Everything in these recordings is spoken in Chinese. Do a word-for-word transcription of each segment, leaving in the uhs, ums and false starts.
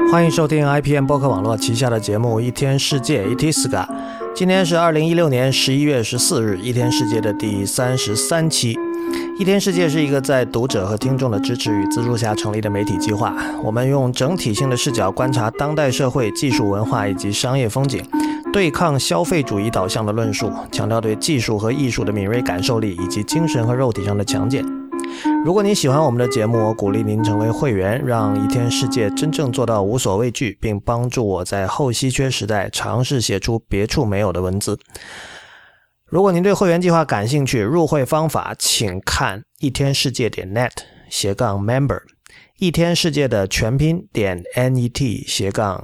欢迎收听 I P M 播客网络旗下的节目一天世界 Itiska。 今天是二零一六年十一月十四日，一天世界的第三十三期。一天世界是一个在读者和听众的支持与资助下成立的媒体计划，我们用整体性的视角观察当代社会、技术文化以及商业风景，对抗消费主义导向的论述，强调对技术和艺术的敏锐感受力以及精神和肉体上的强健。如果你喜欢我们的节目，我鼓励您成为会员，让一天世界真正做到无所畏惧，并帮助我在后稀缺时代尝试写出别处没有的文字。如果您对会员计划感兴趣，入会方法请看一天世界点 net 斜杠 member， 一天世界的全拼点 net 斜杠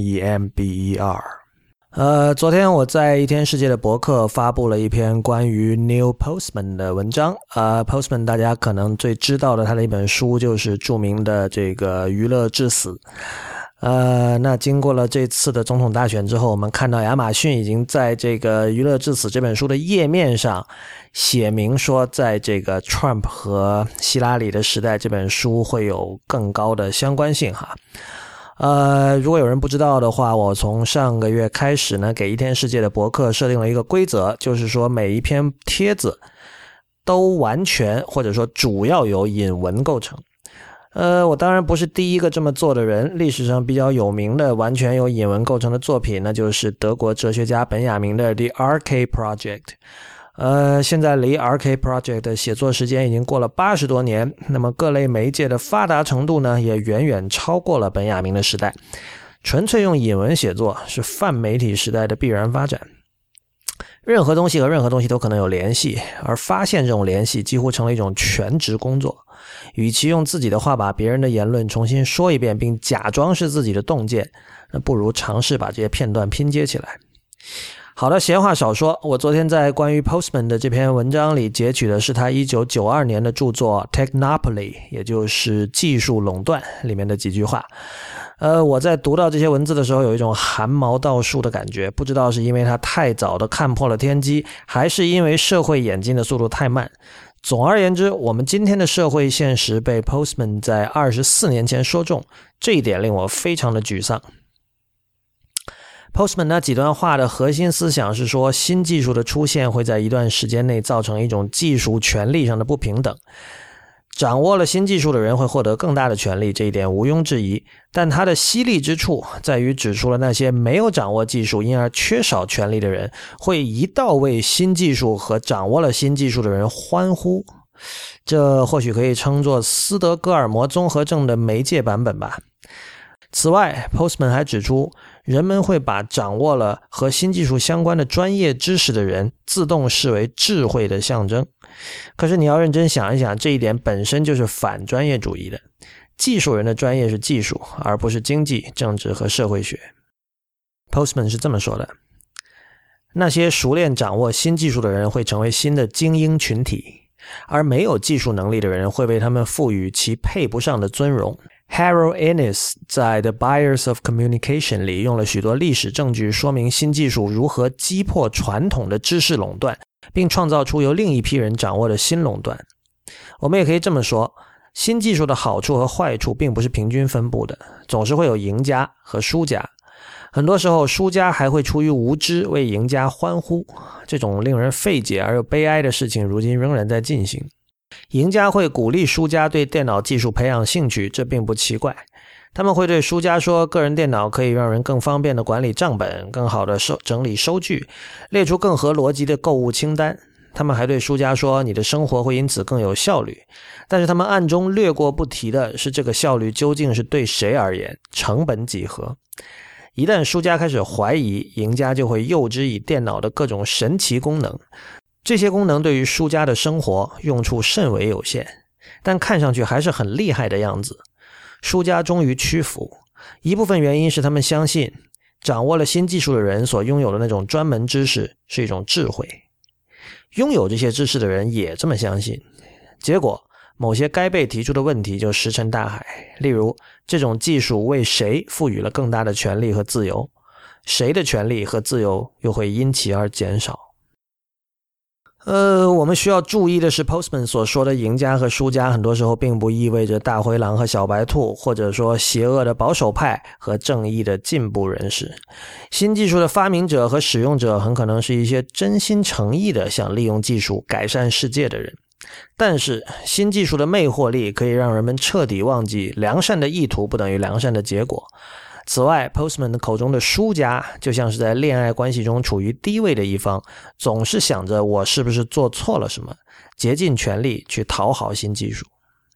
member。呃，昨天我在一天世界的博客发布了一篇关于 Neil Postman 的文章。呃 Postman 大家可能最知道的他的一本书就是著名的这个娱乐至死。呃，那经过了这次的总统大选之后，我们看到亚马逊已经在这个娱乐至死这本书的页面上写明说，在这个 Trump 和希拉里的时代，这本书会有更高的相关性哈。呃，如果有人不知道的话，我从上个月开始呢，给一天世界的博客设定了一个规则，就是说每一篇帖子都完全或者说主要由引文构成。呃，我当然不是第一个这么做的人，历史上比较有名的完全由引文构成的作品，那就是德国哲学家本雅明的 The R K Project。呃，现在离 R K Project 的写作时间已经过了八十多年，那么各类媒介的发达程度呢，也远远超过了本雅明的时代。纯粹用引文写作是泛媒体时代的必然发展。任何东西和任何东西都可能有联系，而发现这种联系几乎成了一种全职工作。与其用自己的话把别人的言论重新说一遍，并假装是自己的洞见，那不如尝试把这些片段拼接起来。好的，闲话少说，我昨天在关于 Postman 的这篇文章里截取的是他一九九二年的著作 Technopoly， 也就是技术垄断里面的几句话。呃，我在读到这些文字的时候有一种汗毛倒竖的感觉，不知道是因为他太早的看破了天机，还是因为社会演进的速度太慢。总而言之，我们今天的社会现实被 Postman 在二十四年前说中，这一点令我非常的沮丧。Postman 那几段话的核心思想是说，新技术的出现会在一段时间内造成一种技术权利上的不平等。掌握了新技术的人会获得更大的权利，这一点毋庸置疑，但它的犀利之处在于指出了那些没有掌握技术因而缺少权利的人会一道为新技术和掌握了新技术的人欢呼。这或许可以称作斯德哥尔摩综合症的媒介版本吧。此外 Postman 还指出，人们会把掌握了和新技术相关的专业知识的人自动视为智慧的象征。可是你要认真想一想，这一点本身就是反专业主义的。技术人的专业是技术，而不是经济、政治和社会学。Postman 是这么说的：那些熟练掌握新技术的人会成为新的精英群体，而没有技术能力的人会被他们赋予其配不上的尊荣。Harold Innis 在 The Buyers of Communication 里用了许多历史证据说明新技术如何击破传统的知识垄断，并创造出由另一批人掌握的新垄断。我们也可以这么说，新技术的好处和坏处并不是平均分布的，总是会有赢家和输家。很多时候输家还会出于无知为赢家欢呼，这种令人费解而又悲哀的事情如今仍然在进行。赢家会鼓励输家对电脑技术培养兴趣，这并不奇怪。他们会对输家说，个人电脑可以让人更方便地管理账本，更好地收整理收据，列出更合逻辑的购物清单。他们还对输家说，你的生活会因此更有效率。但是他们暗中略过不提的是，这个效率究竟是对谁而言，成本几何。一旦输家开始怀疑，赢家就会诱之以电脑的各种神奇功能。这些功能对于输家的生活用处甚为有限，但看上去还是很厉害的样子。输家终于屈服，一部分原因是他们相信掌握了新技术的人所拥有的那种专门知识是一种智慧。拥有这些知识的人也这么相信，结果某些该被提出的问题就石沉大海。例如，这种技术为谁赋予了更大的权利和自由，谁的权利和自由又会因其而减少。 呃，我们需要注意的是 Postman 所说的赢家和输家很多时候并不意味着大灰狼和小白兔，或者说邪恶的保守派和正义的进步人士。新技术的发明者和使用者很可能是一些真心诚意的想利用技术改善世界的人。但是新技术的魅惑力可以让人们彻底忘记良善的意图不等于良善的结果。此外 Postman 口中的输家就像是在恋爱关系中处于低位的一方，总是想着我是不是做错了什么，竭尽全力去讨好新技术。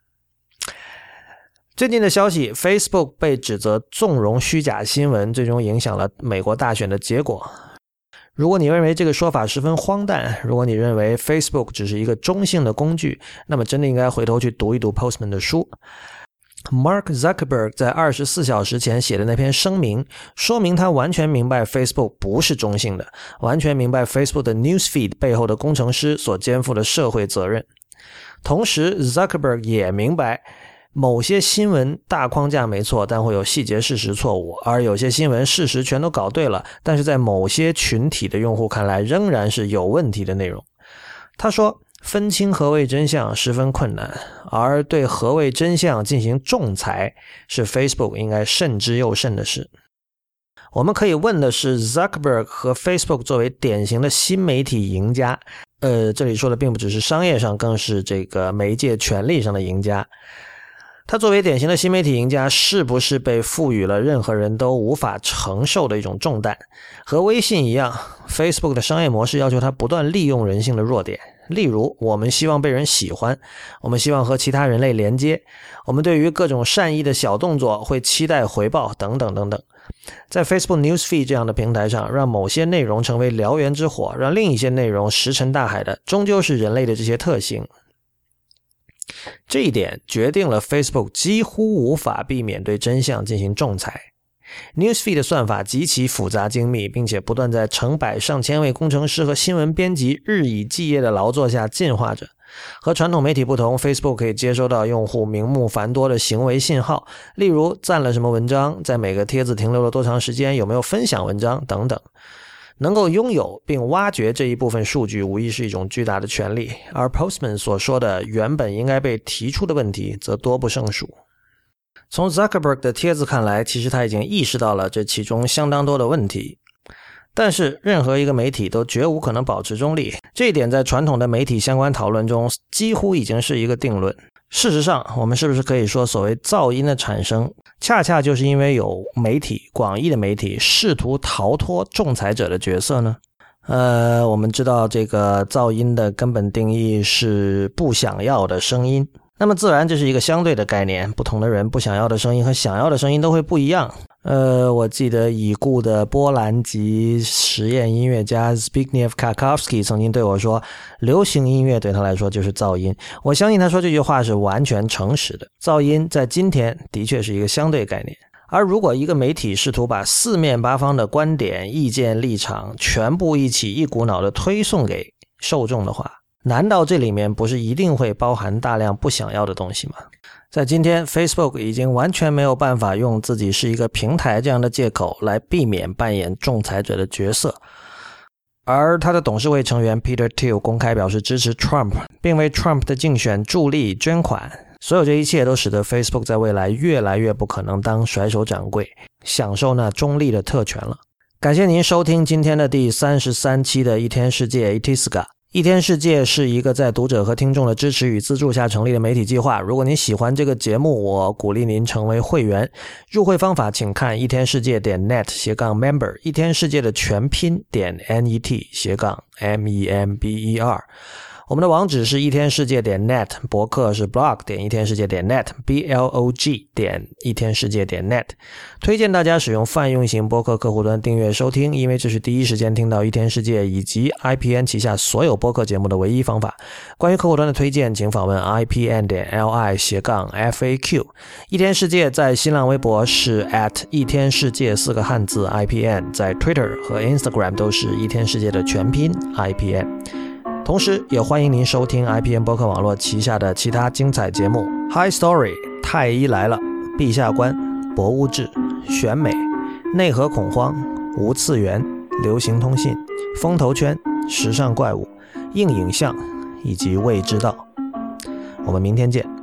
最近的消息， Facebook 被指责纵容虚假新闻，最终影响了美国大选的结果。如果你认为这个说法十分荒诞，如果你认为 Facebook 只是一个中性的工具，那么真的应该回头去读一读 Postman 的书。Mark Zuckerberg 在二十四小时前写的那篇声明，说明他完全明白 Facebook 不是中性的，完全明白 Facebook 的 Newsfeed 背后的工程师所肩负的社会责任。同时 Zuckerberg 也明白某些新闻大框架没错，但会有细节事实错误，而有些新闻事实全都搞对了，但是在某些群体的用户看来仍然是有问题的内容。他说分清何谓真相十分困难，而对何谓真相进行仲裁是 Facebook 应该慎之又慎的事。我们可以问的是 Zuckerberg 和 Facebook 作为典型的新媒体赢家，呃，这里说的并不只是商业上，更是这个媒介权力上的赢家。他作为典型的新媒体赢家，是不是被赋予了任何人都无法承受的一种重担？和微信一样， Facebook 的商业模式要求他不断利用人性的弱点，例如我们希望被人喜欢，我们希望和其他人类连接，我们对于各种善意的小动作会期待回报，等等等等。在 Facebook Newsfeed 这样的平台上，让某些内容成为燎原之火，让另一些内容石沉大海的，终究是人类的这些特性。这一点决定了 Facebook 几乎无法避免对真相进行仲裁。Newsfeed 的算法极其复杂精密，并且不断在成百上千位工程师和新闻编辑日以继夜的劳作下进化着。和传统媒体不同， Facebook 可以接收到用户名目繁多的行为信号，例如赞了什么文章，在每个帖子停留了多长时间，有没有分享文章等等。能够拥有并挖掘这一部分数据无疑是一种巨大的权利，而 Postman 所说的原本应该被提出的问题则多不胜数。从 Zuckerberg 的帖子看来，其实他已经意识到了这其中相当多的问题，但是任何一个媒体都绝无可能保持中立，这一点在传统的媒体相关讨论中几乎已经是一个定论。事实上，我们是不是可以说所谓噪音的产生恰恰就是因为有媒体，广义的媒体试图逃脱仲裁者的角色呢？呃，我们知道这个噪音的根本定义是不想要的声音，那么自然这是一个相对的概念，不同的人不想要的声音和想要的声音都会不一样。呃，我记得已故的波兰籍实验音乐家 Zbigniew Karkowski 曾经对我说，流行音乐对他来说就是噪音。我相信他说这句话是完全诚实的。噪音在今天的确是一个相对概念，而如果一个媒体试图把四面八方的观点、意见、立场全部一起一股脑的推送给受众的话，难道这里面不是一定会包含大量不想要的东西吗？在今天 Facebook 已经完全没有办法用自己是一个平台这样的借口来避免扮演仲裁者的角色，而他的董事会成员 Peter Thiel 公开表示支持 Trump， 并为 Trump 的竞选助力捐款。所有这一切都使得 Facebook 在未来越来越不可能当甩手掌柜，享受那中立的特权了。感谢您收听今天的第三十三期的一天世界 Itiska。一天世界是一个在读者和听众的支持与资助下成立的媒体计划。如果您喜欢这个节目，我鼓励您成为会员。入会方法请看一天世界点 net 斜杠 member， 一天世界的全拼点 net 斜杠 member。我们的网址是一天世界点 net， 博客是 blog 点一天世界点 net， blog 点一天世界点 net。 推荐大家使用泛用型播客客户端订阅收听，因为这是第一时间听到一天世界以及 I P N 旗下所有播客节目的唯一方法。关于客户端的推荐，请访问 I P N 点 L I 斜杠 F A Q。 一天世界在新浪微博是 at 一天世界四个汉字 I P N， 在 Twitter 和 Instagram 都是一天世界的全拼 I P N。同时也欢迎您收听 I P N 播客网络旗下的其他精彩节目 High Story、 太医来了、陛下观、博物志、选美、内核恐慌、无次元、流行通信、风投圈、时尚怪物、 硬影像以及未知道。我们明天见。